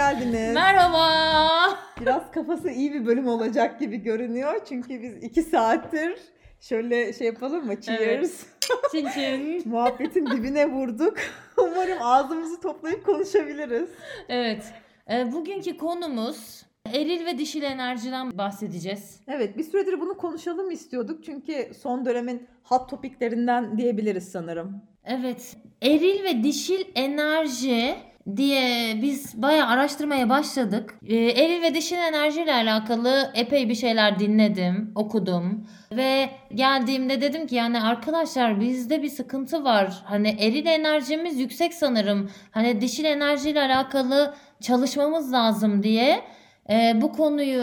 geldiniz. Merhaba. Biraz kafası iyi bir bölüm olacak gibi görünüyor. Çünkü biz 2 saattir şöyle şey yapalım mı? Cheers. Evet. Çin çin. Muhabbetin dibine vurduk. Umarım ağzımızı toplayıp konuşabiliriz. Evet. Bugünkü konumuz eril ve dişil enerjiden bahsedeceğiz. Evet, bir süredir bunu konuşalım istiyorduk. Çünkü son dönemin hot topiklerinden diyebiliriz sanırım. Evet. Eril ve dişil enerji diye biz bayağı araştırmaya başladık. Eril ve dişil enerjiyle alakalı epey bir şeyler dinledim, okudum. Ve geldiğimde dedim ki yani arkadaşlar bizde bir sıkıntı var. Hani eril enerjimiz yüksek sanırım. Hani dişil enerjiyle alakalı çalışmamız lazım diye bu konuyu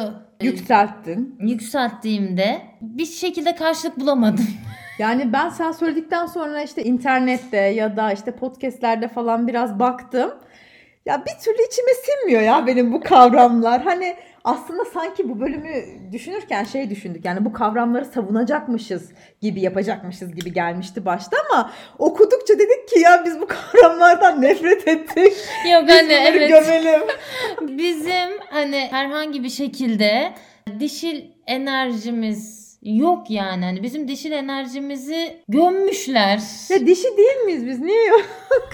yükselttiğimde bir şekilde karşılık bulamadım. Yani ben sen söyledikten sonra işte internette ya da işte podcastlerde falan biraz baktım. Ya bir türlü içime sinmiyor ya benim bu kavramlar. Hani aslında sanki bu bölümü düşünürken şey düşündük. Yani bu kavramları savunacakmışız gibi yapacakmışız gibi gelmişti başta ama okudukça dedik ki ya biz bu kavramlardan nefret ettik. Yok biz hani evet. gömelim. Bizim hani herhangi bir şekilde dişil enerjimiz yok yani. Hani bizim dişil enerjimizi gömmüşler. Ya dişi değil miyiz biz? Niye yok?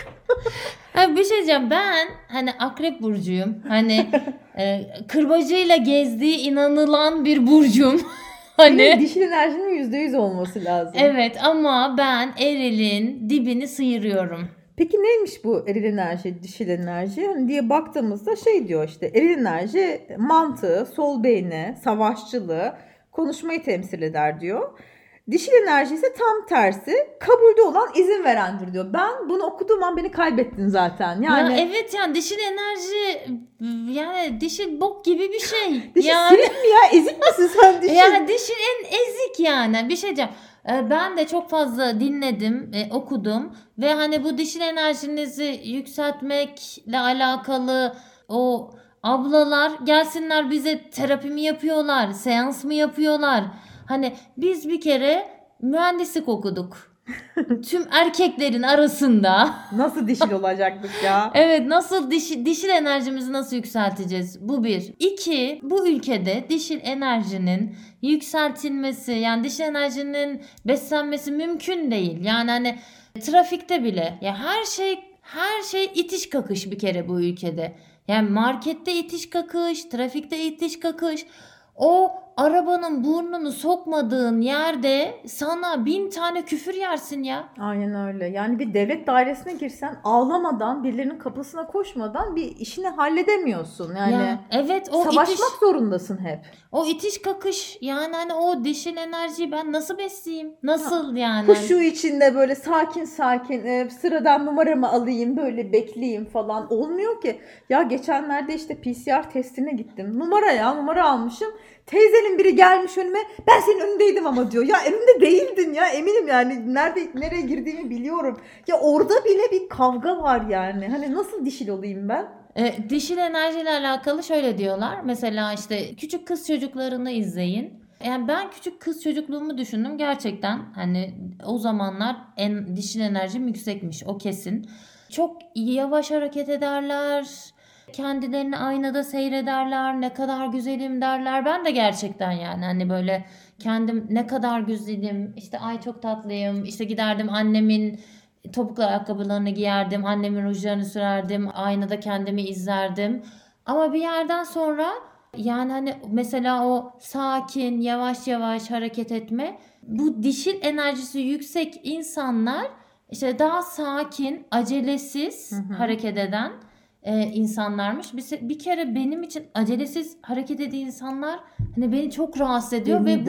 Abi bir şey diyeceğim. Ben hani akrep burcuyum. Hani kırbacıyla gezdiği inanılan bir burcum. Hani dişil enerjinin %100 olması lazım. Evet ama ben erilin dibini sıyırıyorum. Peki neymiş bu eril enerji, dişil enerji? Hani diye baktığımızda şey diyor işte eril enerji mantığı, sol beyni, savaşçılığı, konuşmayı temsil eder diyor. Dişil enerji ise tam tersi kabulde olan izin verendir diyor. Ben bunu okuduğum an beni kaybettin zaten. Yani ya evet yani dişil enerji yani dişil bok gibi bir şey. dişil yani mi ya? Ezik misin sen dişil? Yani dişil en ezik yani. Bir şey diyeceğim. Ben de çok fazla dinledim, okudum ve hani bu dişil enerjinizi yükseltmekle alakalı o ablalar gelsinler bize terapi mi yapıyorlar, seans mı yapıyorlar? Hani biz bir kere mühendislik okuduk. Tüm erkeklerin arasında. Nasıl dişil olacaktık ya? Evet nasıl dişil enerjimizi nasıl yükselteceğiz? Bu bir. İki, bu ülkede dişil enerjinin yükseltilmesi yani dişil enerjinin beslenmesi mümkün değil. Yani hani trafikte bile ya her şey itiş kakış bir kere bu ülkede. Yani markette itiş kakış, trafikte itiş kakış. O arabanın burnunu sokmadığın yerde sana 1000 tane küfür yersin ya. Aynen öyle. Yani bir devlet dairesine girsen ağlamadan, birilerinin kapısına koşmadan bir işini halledemiyorsun. Yani ya, evet o savaşmak zorundasın hep. O itiş kakış yani hani o dişil enerjiyi ben nasıl besleyeyim? Nasıl yani? Huşu içinde böyle sakin sıradan numaramı alayım böyle bekleyeyim falan olmuyor ki. Ya geçenlerde işte PCR testine gittim. Numara almışım. Teyzenin biri gelmiş önüme. Ben senin önündeydim ama diyor. Ya önümde değildin ya eminim yani nereye girdiğimi biliyorum. Ya orada bile bir kavga var yani. Hani nasıl dişil olayım ben? Dişil enerjiyle alakalı şöyle diyorlar. Mesela işte küçük kız çocuklarını izleyin. Yani ben küçük kız çocukluğumu düşündüm gerçekten. Hani o zamanlar dişil enerjim yüksekmiş o kesin. Çok yavaş hareket ederler. Kendilerini aynada seyrederler. Ne kadar güzelim derler. Ben de gerçekten yani hani böyle kendim ne kadar güzelim. İşte ay çok tatlıyım. İşte giderdim annemin topuklu ayakkabılarını giyerdim. Annemin rujlarını sürerdim. Aynada kendimi izlerdim. Ama bir yerden sonra yani hani mesela o sakin yavaş yavaş hareket etme. Bu dişil enerjisi yüksek insanlar işte daha sakin, acelesiz hareket eden insanlarmış. Bir kere benim için acelesiz hareket eden insanlar hani beni çok rahatsız ediyor ve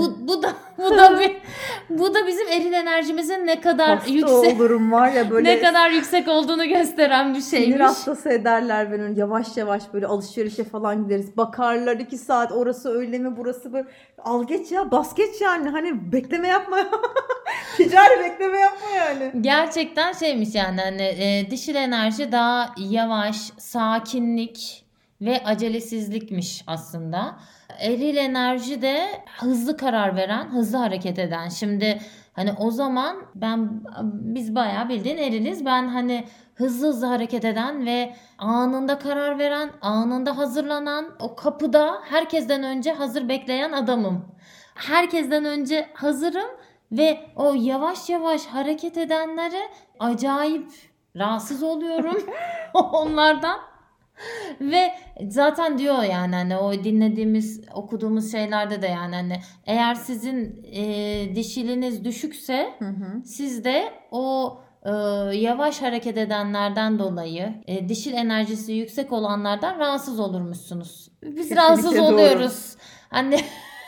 bu da bizim eril enerjimizin ne kadar yüksek olurum var ya böyle ne kadar yüksek olduğunu gösteren bir şeymiş. Sinir hastası ederler beni. Yavaş yavaş böyle alışverişe falan gideriz. Bakarlar 2 saat orası öyle mi burası böyle. Al geç ya bas geç yani. Hani bekleme yapma. Ticari bekleme yapma yani. Gerçekten şeymiş yani hani dişil enerji daha yavaş, sakinlik ve acelesizlikmiş aslında. Eril enerji de hızlı karar veren, hızlı hareket eden. Şimdi Hani o zaman biz bayağı bildiğin eriliz. Ben hani hızlı hızlı hareket eden ve anında karar veren, anında hazırlanan, o kapıda herkesten önce hazır bekleyen adamım. Herkesten önce hazırım ve o yavaş yavaş hareket edenlere acayip rahatsız oluyorum onlardan. Ve zaten diyor yani hani o dinlediğimiz, okuduğumuz şeylerde de yani hani eğer sizin dişiliniz düşükse siz de o yavaş hareket edenlerden dolayı dişil enerjisi yüksek olanlardan rahatsız olurmuşsunuz. Biz Kesinlikle rahatsız doğru. oluyoruz. Hani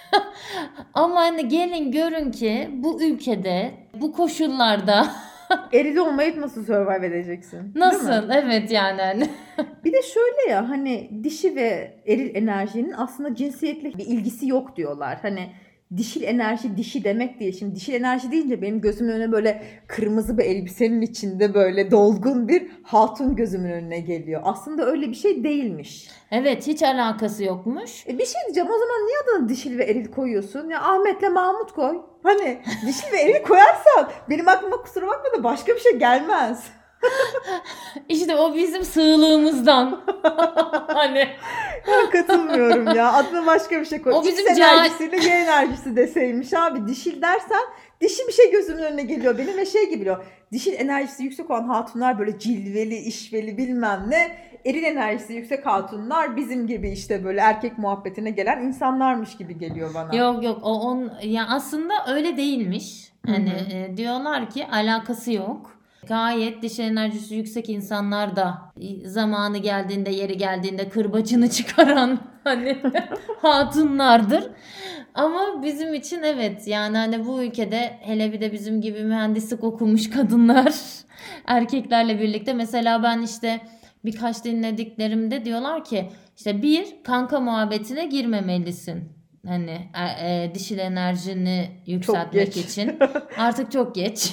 ama hani gelin görün ki bu ülkede, bu koşullarda Eril olmayıp nasıl survive edeceksin? Değil mi? nasıl? Evet yani hani. Bir de şöyle ya, hani dişi ve eril enerjinin aslında cinsiyetle bir ilgisi yok diyorlar. Hani dişil enerji dişi demek değil. Şimdi dişil enerji deyince benim gözümün önüne böyle kırmızı bir elbisenin içinde böyle dolgun bir hatun gözümün önüne geliyor. Aslında öyle bir şey değilmiş. Evet, hiç alakası yokmuş. Bir şey diyeceğim, o zaman niye adına dişil ve eril koyuyorsun? Ya Ahmet'le Mahmut koy. Hani dişil ve eril koyarsan benim aklıma, kusura bakma da, başka bir şey gelmez. İşte o bizim sığlığımızdan. Hani Ya katılmıyorum ya. Adına başka bir şey koy. O bizim X enerjisiyle Y enerjisi deseymiş abi. Dişil dersen dişi bir şey gözümün önüne geliyor. Benim şey gibi geliyor. Dişil enerjisi yüksek olan hatunlar böyle cilveli, işveli bilmem ne. Eril enerjisi yüksek hatunlar bizim gibi işte böyle erkek muhabbetine gelen insanlarmış gibi geliyor bana. yok ya aslında öyle değilmiş. Hani diyorlar ki alakası yok. Gayet dişil enerjisi yüksek insanlar da zamanı geldiğinde, yeri geldiğinde kırbacını çıkaran hani hatunlardır. Ama bizim için evet yani hani bu ülkede hele bir de bizim gibi mühendislik okumuş kadınlar erkeklerle birlikte, mesela ben işte birkaç dinlediklerimde diyorlar ki işte bir, kanka muhabbetine girmemelisin. Hani dişil enerjini yükseltmek geç. için. Artık çok geç.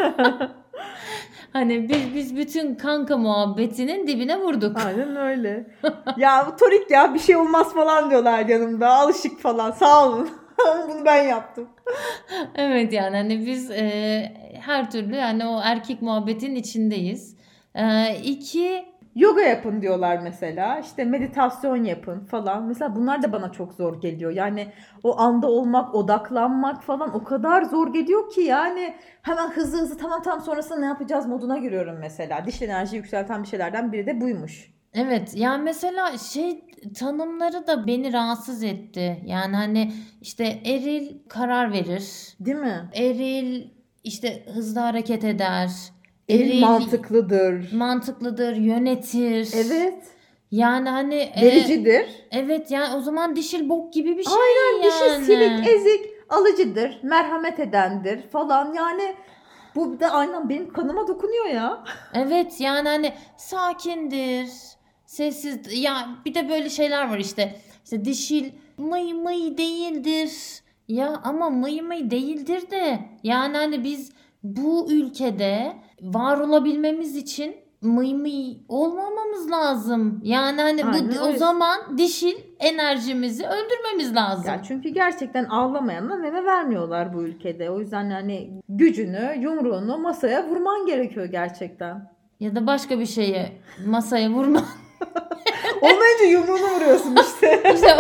Hani biz bütün kanka muhabbetinin dibine vurduk. Aynen öyle. Ya bu torik ya, bir şey olmaz falan diyorlar yanımda. Alışık falan, sağ olun. Bunu ben yaptım. Evet yani hani biz her türlü yani o erkek muhabbetin içindeyiz. İki, Yoga yapın diyorlar mesela. İşte meditasyon yapın falan. Mesela bunlar da bana çok zor geliyor. Yani o anda olmak, odaklanmak falan o kadar zor geliyor ki yani hemen hızlı hızlı tamam sonrasında ne yapacağız moduna giriyorum mesela. Dişil enerji yükselten bir şeylerden biri de buymuş. evet yani mesela şey tanımları da beni rahatsız etti. Yani hani işte eril karar verir. Değil mi? Eril işte hızlı hareket eder. Eril mantıklıdır, yönetir. Evet. Yani hani Vericidir. evet yani o zaman dişil bok gibi bir şey Aynen, yani. dişil silik, ezik, alıcıdır, merhamet edendir falan. Yani bu da aynen benim kanıma dokunuyor ya. Evet yani hani sakindir, sessiz. Ya bir de böyle şeyler var işte. İşte dişil mıy değildir. Ya ama mıy değildir de yani hani biz bu ülkede var olabilmemiz için mıy olmamamız lazım. Yani hani Aynen o öyle. zaman dişil enerjimizi öldürmemiz lazım. Ya çünkü gerçekten ağlamayana meme vermiyorlar bu ülkede. O yüzden yani gücünü, yumruğunu masaya vurman gerekiyor gerçekten. Ya da başka bir şeye masaya vurma. Olmayınca yumruğunu vuruyorsun işte. İşte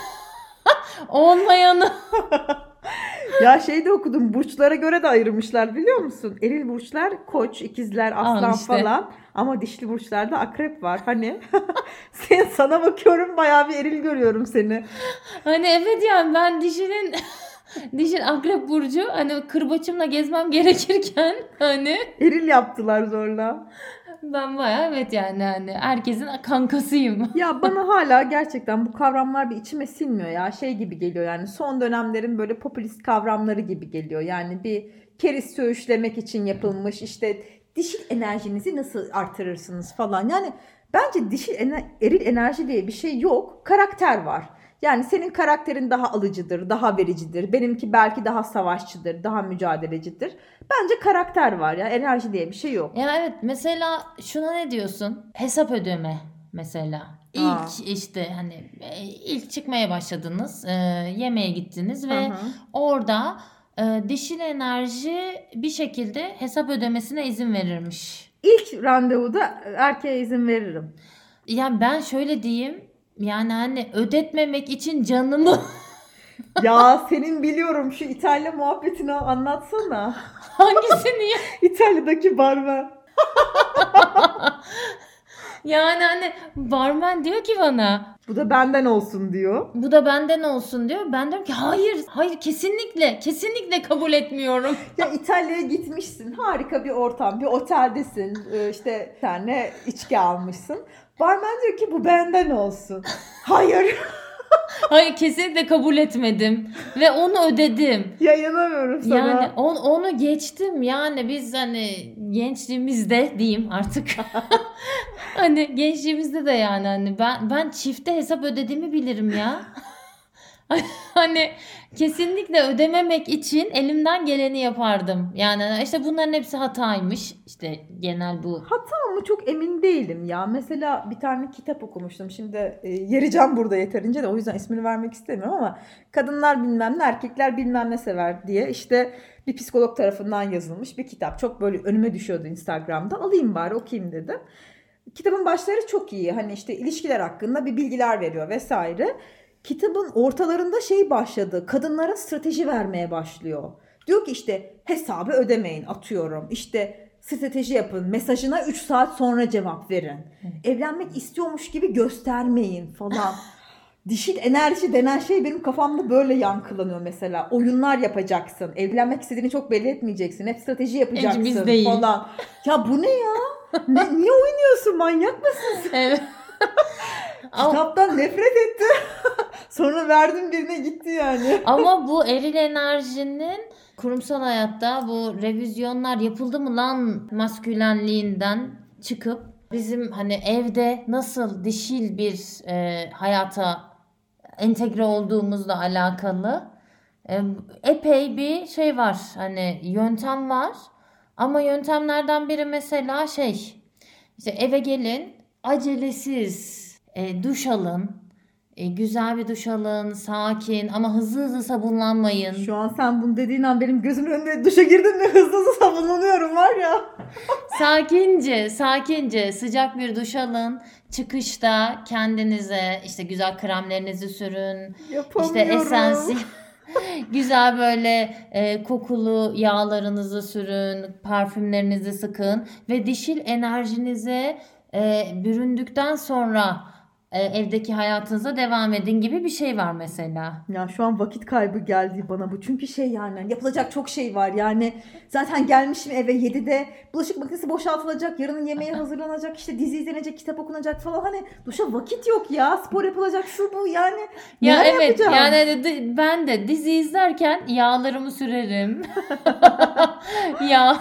olmayanı. Ya şeyde okudum, burçlara göre de ayırmışlar biliyor musun? Eril burçlar Koç, ikizler, Aslan işte. falan, ama dişli burçlarda Akrep var. Hani sana bakıyorum, bayağı bir eril görüyorum seni. Hani evet yani ben dişil Akrep burcu, hani kırbaçımla gezmem gerekirken hani Eril yaptılar zorla. ben bayağı evet yani hani herkesin kankasıyım. Ya bana hala gerçekten bu kavramlar bir içime sinmiyor ya. Şey gibi geliyor yani, son dönemlerin böyle popülist kavramları gibi geliyor. Yani bir keriz söğüşlemek için yapılmış, işte dişil enerjinizi nasıl artırırsınız falan. Yani bence eril enerji diye bir şey yok. Karakter var. Yani senin karakterin daha alıcıdır, daha vericidir. Benimki belki daha savaşçıdır, daha mücadelecidir. Bence karakter var ya, enerji diye bir şey yok. Ya evet, mesela şuna ne diyorsun? Hesap ödeme mesela. İlk işte hani ilk çıkmaya başladınız, yemeğe gittiniz ve orada Dişil enerji bir şekilde hesap ödemesine izin verirmiş. İlk randevuda erkeğe izin veririm. Yani ben şöyle diyeyim. Yani hani ödetmemek için canımı... Ya senin biliyorum şu İtalya muhabbetini anlatsana. Hangisini ya? İtalya'daki barmen. Yani hani barmen diyor ki bana, Bu da benden olsun diyor. bu da benden olsun diyor. Ben diyorum ki hayır kesinlikle kabul etmiyorum. Ya İtalya'ya gitmişsin. Harika bir ortam. Bir oteldesin. İşte bir tane içki almışsın. Barmen diyor ki bu benden olsun. Hayır. Hayır, kesinlikle kabul etmedim ve onu ödedim. Ya inanamıyorum sana. Yani onu geçtim. Yani biz hani gençliğimizde diyeyim artık. Hani gençliğimizde de yani hani ben çifte hesap ödediğimi bilirim ya. Hani kesinlikle ödememek için elimden geleni yapardım. Yani işte bunların hepsi hataymış. İşte genel bu. Hata mı çok emin değilim ya. Mesela bir tane kitap okumuştum. Şimdi yereceğim burada yeterince de o yüzden ismini vermek istemiyorum ama kadınlar bilmem ne erkekler bilmem ne sever diye işte bir psikolog tarafından yazılmış bir kitap. Çok böyle önüme düşüyordu Instagram'da. Alayım bari okuyayım dedim. Kitabın başları çok iyi. Hani işte ilişkiler hakkında bir bilgiler veriyor vesaire. Kitabın ortalarında şey başladı. Kadınlara strateji vermeye başlıyor. Diyor ki işte hesabı ödemeyin atıyorum. İşte strateji yapın. Mesajına 3 saat sonra cevap verin. Evlenmek istiyormuş gibi göstermeyin falan. Dişil enerji denen şey benim kafamda böyle yankılanıyor mesela. Oyunlar yapacaksın. Evlenmek istediğini çok belli etmeyeceksin. Hep strateji yapacaksın Biz değil. falan. Ya bu ne ya? Niye oynuyorsun? Manyak mısın? Evet. Kitaptan nefret etti. Sonra verdim birine gitti yani. Ama bu eril enerjinin kurumsal hayatta bu revizyonlar yapıldı mı lan maskülenliğinden çıkıp bizim hani evde nasıl dişil bir hayata entegre olduğumuzla alakalı epey bir şey var. Hani yöntem var. Ama yöntemlerden biri mesela işte eve gelin, acelesiz duş alın. Güzel bir duş alın, sakin ama hızlı sabunlanmayın. Şu an sen bunu dediğin an benim gözümün önünde duşa girdim ve hızlı sabunlanıyorum var ya. Sakince sıcak bir duş alın. Çıkışta kendinize işte güzel kremlerinizi sürün. Yapamıyorum. İşte esansiyel güzel böyle kokulu yağlarınızı sürün, parfümlerinizi sıkın ve dişil enerjinize büründükten sonra evdeki hayatınıza devam edin gibi bir şey var mesela. Ya şu an vakit kaybı geldi bana bu. Çünkü şey yani yapılacak çok şey var. Yani zaten gelmişim eve 7'de bulaşık makinesi boşaltılacak. Yarının yemeği hazırlanacak. İşte dizi izlenecek, kitap okunacak falan. Hani duşa vakit yok ya. Spor yapılacak şu bu yani. Ya evet yapacağım? yani ben de dizi izlerken yağlarımı sürerim. Ya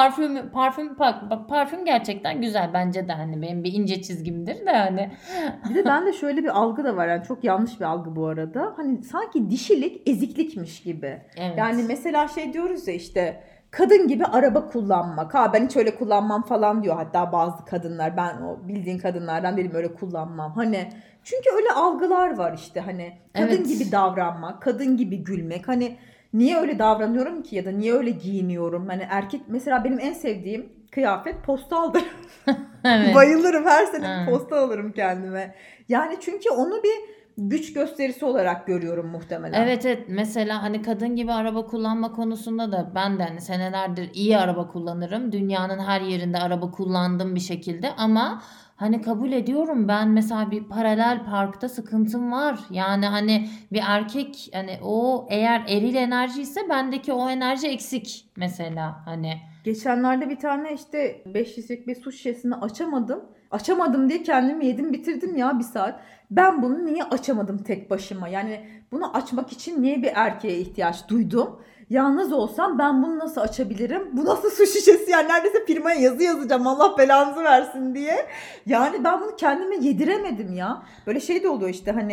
parfüm gerçekten güzel bence de hani benim bir ince çizgimdir de hani. Bir de bende şöyle bir algı da var yani çok yanlış bir algı bu arada. Hani sanki dişilik eziklikmiş gibi. Evet. Yani mesela şey diyoruz ya işte kadın gibi araba kullanmak. Ha ben hiç öyle kullanmam falan diyor hatta bazı kadınlar. Ben o bildiğin kadınlardan değilim öyle kullanmam. Hani çünkü öyle algılar var işte hani kadın Evet. gibi davranmak, kadın gibi gülmek. Hani niye öyle davranıyorum ki ya da niye öyle giyiniyorum? Hani erkek mesela benim en sevdiğim kıyafet postaldır. Evet. Bayılırım her sene Ha. bir postal alırım kendime. Yani çünkü onu bir güç gösterisi olarak görüyorum muhtemelen. Evet mesela hani kadın gibi araba kullanma konusunda da ben de hani senelerdir iyi araba kullanırım. Dünyanın her yerinde araba kullandım bir şekilde ama hani kabul ediyorum ben mesela bir paralel parkta sıkıntım var. Yani hani bir erkek hani o eğer eril enerji ise bendeki o enerji eksik mesela hani. Geçenlerde bir tane işte 5 litrelik bir su şişesini açamadım. Açamadım diye kendimi yedim bitirdim ya bir saat. Ben bunu niye açamadım tek başıma? Yani bunu açmak için niye bir erkeğe ihtiyaç duydum? Yalnız olsam ben bunu nasıl açabilirim? Bu nasıl su şişesi? Yani neredeyse firmaya yazı yazacağım Allah belanızı versin diye. Yani ben bunu kendime yediremedim ya. Böyle şey de oluyor işte hani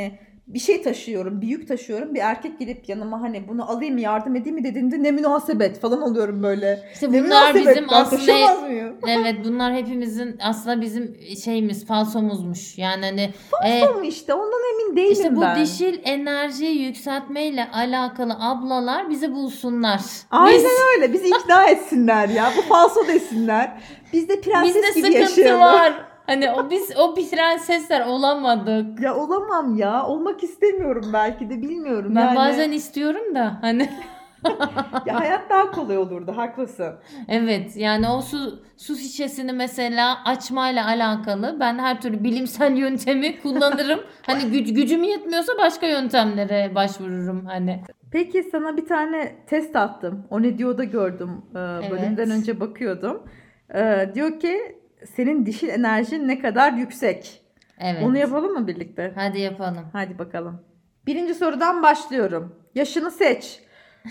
bir şey taşıyorum, bir yük taşıyorum. Bir erkek gelip yanıma hani bunu alayım mı, yardım edeyim mi dediğinde ne münasebet falan oluyorum böyle. İşte Ne bunlar münasebet, bizim ben taşıyamaz mıyım? evet, bunlar hepimizin aslında bizim şeyimiz, falsomuzmuş. Yani hani Falso mu işte, ondan emin değilim işte bu ben. dişil enerjiyi yükseltmeyle alakalı ablalar bizi bulsunlar. Aynen öyle, bizi ikna etsinler ya, bu falso desinler. Biz de prenses Bizde gibi sıkıntı yaşayalım. var. Hani biz o prensesler olamadık. Ya olamam ya, olmak istemiyorum belki de, bilmiyorum Ben yani. bazen istiyorum da hani. Ya hayat daha kolay olurdu, haklısın. Evet, yani o su şişesini mesela açmayla alakalı ben her türlü bilimsel yöntemi kullanırım. Hani gücüm yetmiyorsa başka yöntemlere başvururum hani. Peki sana bir tane test attım. O ne diyor da gördüm. Bölümden Evet. önce bakıyordum. Diyor ki senin dişil enerjin ne kadar yüksek. Evet. Onu yapalım mı birlikte? Hadi yapalım. Hadi bakalım. Birinci sorudan başlıyorum. Yaşını seç.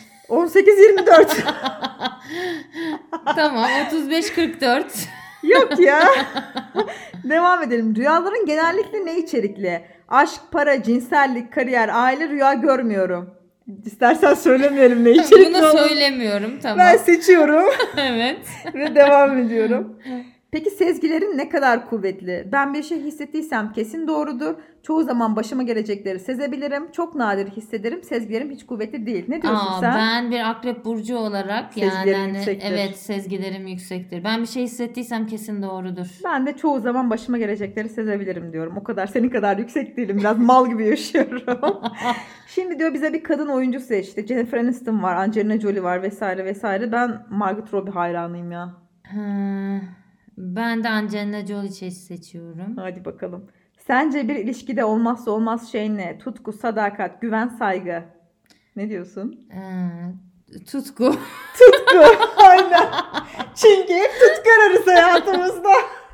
18-24. Tamam, 35-44. Yok ya. Devam edelim. Rüyaların genellikle ne içerikli? Aşk, para, cinsellik, kariyer, aile, rüya görmüyorum. İstersen söylemeyelim ne içerikli Bunu olduğunu. söylemiyorum, tamam. Ben seçiyorum. Evet. Ve devam ediyorum. Peki sezgilerin ne kadar kuvvetli? Ben bir şey hissettiysem kesin doğrudur. Çoğu zaman başıma gelecekleri sezebilirim. Çok nadir hissederim. Sezgilerim hiç kuvvetli değil. Ne diyorsun sen? Ben bir akrep burcu olarak Sezgilerim yani yüksektir. evet, sezgilerim yüksektir. Ben bir şey hissettiysem kesin doğrudur. Ben de çoğu zaman başıma gelecekleri sezebilirim diyorum. O kadar senin kadar yüksek değilim. Biraz mal gibi yaşıyorum. Şimdi diyor bize bir kadın oyuncu seçti. Jennifer Aniston var, Angelina Jolie var vesaire vesaire. Ben Margot Robbie hayranıyım ya. Ben de Angelina Jolie seçiyorum. Hadi bakalım. Sence bir ilişkide olmazsa olmaz şey ne? Tutku, sadakat, güven, saygı. Ne diyorsun? Tutku. Tutku. Aynen. Çünkü hep tutku ararız hayatımızda.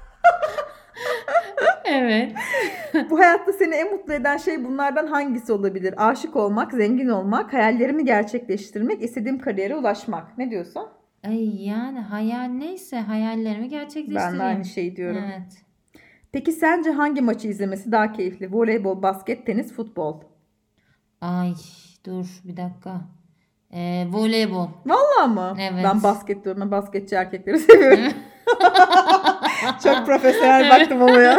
Evet. Bu hayatta seni en mutlu eden şey bunlardan hangisi olabilir? Aşık olmak, zengin olmak, hayallerimi gerçekleştirmek, istediğim kariyere ulaşmak. Ne diyorsun? Ay yani hayal neyse hayallerimi gerçekleştireyim. Ben de aynı şeyi diyorum. Evet. Peki sence hangi maçı izlemesi daha keyifli? Voleybol, basket, tenis, futbol. Ay dur bir dakika. Voleybol. Vallahi mı? Evet. Ben basket diyorum. Ben basketçi erkekleri seviyorum. Çok profesyonel baktım ama ya.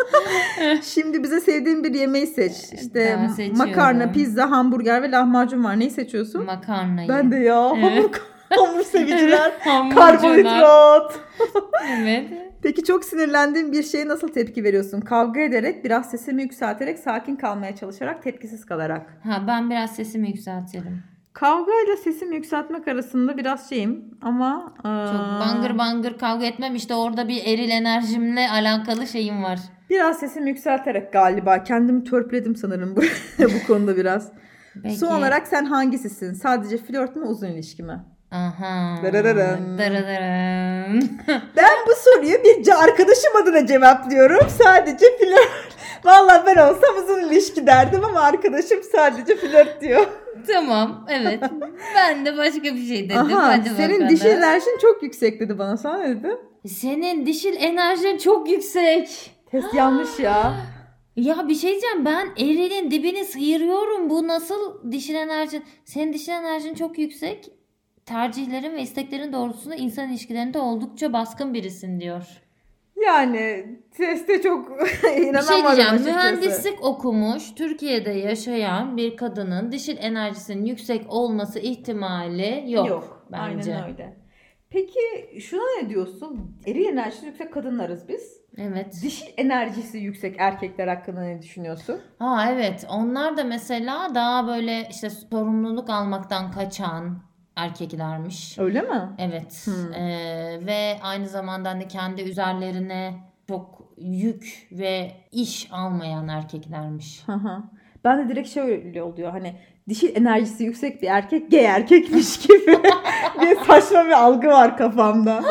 Şimdi bize sevdiğin bir yemeği seç. İşte Tamam, seçiyorum. makarna, pizza, hamburger ve lahmacun var. Neyi seçiyorsun? Makarnayı. Ben de ya. Evet. Hamur seviciler. Hamburcular. Karbonhidrat. Evet. Peki çok sinirlendiğin bir şeye nasıl tepki veriyorsun? Kavga ederek, biraz sesimi yükselterek, sakin kalmaya çalışarak, tepkisiz kalarak. Ben biraz sesimi yükseltirim. Kavgayla sesimi yükseltmek arasında biraz şeyim ama... Çok bangır bangır kavga etmem. İşte orada bir eril enerjimle alakalı şeyim var. Biraz sesimi yükselterek galiba. Kendimi törpüledim sanırım bu konuda biraz. Peki. Son olarak sen hangisisin? Sadece flört mü, uzun ilişki mi? Aha. Darararın. Darararın. Ben bu soruyu bir arkadaşım adına cevaplıyorum. Sadece flört. Vallahi ben olsam uzun ilişki derdim ama arkadaşım sadece flört diyor. Tamam, evet. Ben de başka bir şey dedim. Aha, Hadi senin bakalım. dişil enerjin çok yüksek dedi bana. Sana ne dedi? Senin dişil enerjin çok yüksek. Test yanlış ya. Ya bir şey diyeceğim, ben erilin dibini sıyırıyorum. Bu nasıl dişil enerjin? Senin dişil enerjin çok yüksek. Tercihlerin ve isteklerin doğrultusunda insan ilişkilerinde oldukça baskın birisin diyor. Yani teste çok Bir şey inanamadım diyeceğim. açıkçası. Mühendislik okumuş, Türkiye'de yaşayan bir kadının dişil enerjisinin yüksek olması ihtimali yok bence. Aynen öyle. Peki şuna ne diyorsun? Eril enerjisi yüksek kadınlarız biz. Evet. Dişil enerjisi yüksek erkekler hakkında ne düşünüyorsun? Evet. Onlar da mesela daha böyle işte sorumluluk almaktan kaçan erkeklermiş. Öyle mi? Evet. Ve aynı zamanda hani kendi üzerlerine çok yük ve iş almayan erkeklermiş. Ben de direkt şöyle oluyor, hani dişil enerjisi yüksek bir erkek gay erkekmiş gibi bir saçma bir algı var kafamda.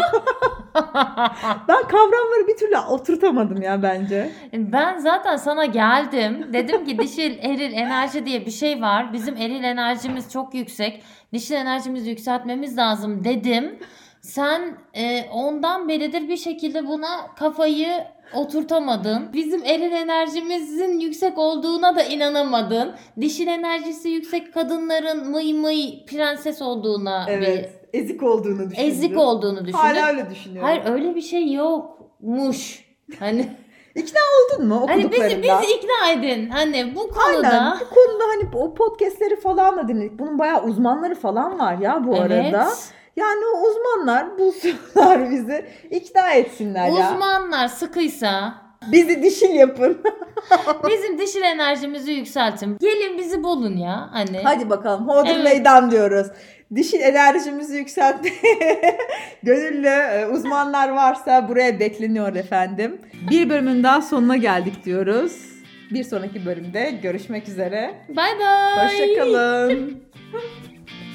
Ben kavramları bir türlü oturtamadım ya bence. Ben zaten sana geldim. Dedim ki dişil eril enerji diye bir şey var. Bizim eril enerjimiz çok yüksek. Dişil enerjimizi yükseltmemiz lazım dedim. Sen ondan beridir bir şekilde buna kafayı oturtamadın. Bizim eril enerjimizin yüksek olduğuna da inanamadın. Dişil enerjisi yüksek kadınların mıy mıy prenses olduğuna Evet. Ezik olduğunu düşündüm. ezik olduğunu düşündün. Hala öyle düşünüyorum. Hayır, öyle bir şey yokmuş. Hani İkna oldun mu hani okuduklarından? bizi ikna edin. Hani bu konuda. Aynen. Bu konuda hani o podcastleri falan da dinledik. Bunun bayağı uzmanları falan var ya bu Evet. arada. Yani o uzmanlar bulsunlar bizi, ikna etsinler ya. Uzmanlar sıkıysa Bizi dişil yapın. bizim dişil enerjimizi yükseltin. Gelin bizi bulun ya. Hani Hadi bakalım. Hodri Evet. meydan diyoruz. Dişil enerjimizi yükseltmeye gönüllü uzmanlar varsa buraya bekleniyor efendim. Bir bölümün daha sonuna geldik diyoruz. Bir sonraki bölümde görüşmek üzere. bay bay. Hoşça kalın.